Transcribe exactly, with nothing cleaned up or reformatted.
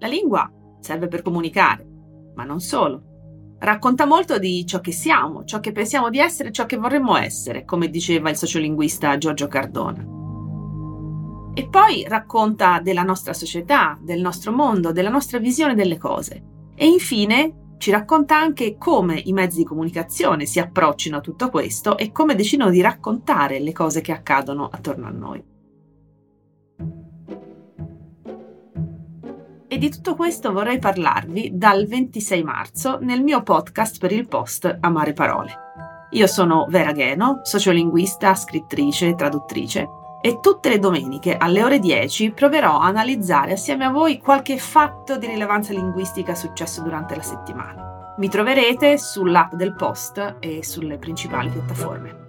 La lingua serve per comunicare, ma non solo. Racconta molto di ciò che siamo, ciò che pensiamo di essere, ciò che vorremmo essere, come diceva il sociolinguista Giorgio Cardona. E poi racconta della nostra società, del nostro mondo, della nostra visione delle cose. E infine ci racconta anche come i mezzi di comunicazione si approccino a tutto questo e come decidono di raccontare le cose che accadono attorno a noi. E di tutto questo vorrei parlarvi dal ventisei marzo nel mio podcast per il post Amare Parole. Io sono Vera Gheno, sociolinguista, scrittrice, traduttrice e tutte le domeniche alle ore dieci proverò a analizzare assieme a voi qualche fatto di rilevanza linguistica successo durante la settimana. Mi troverete sull'app del Post e sulle principali piattaforme.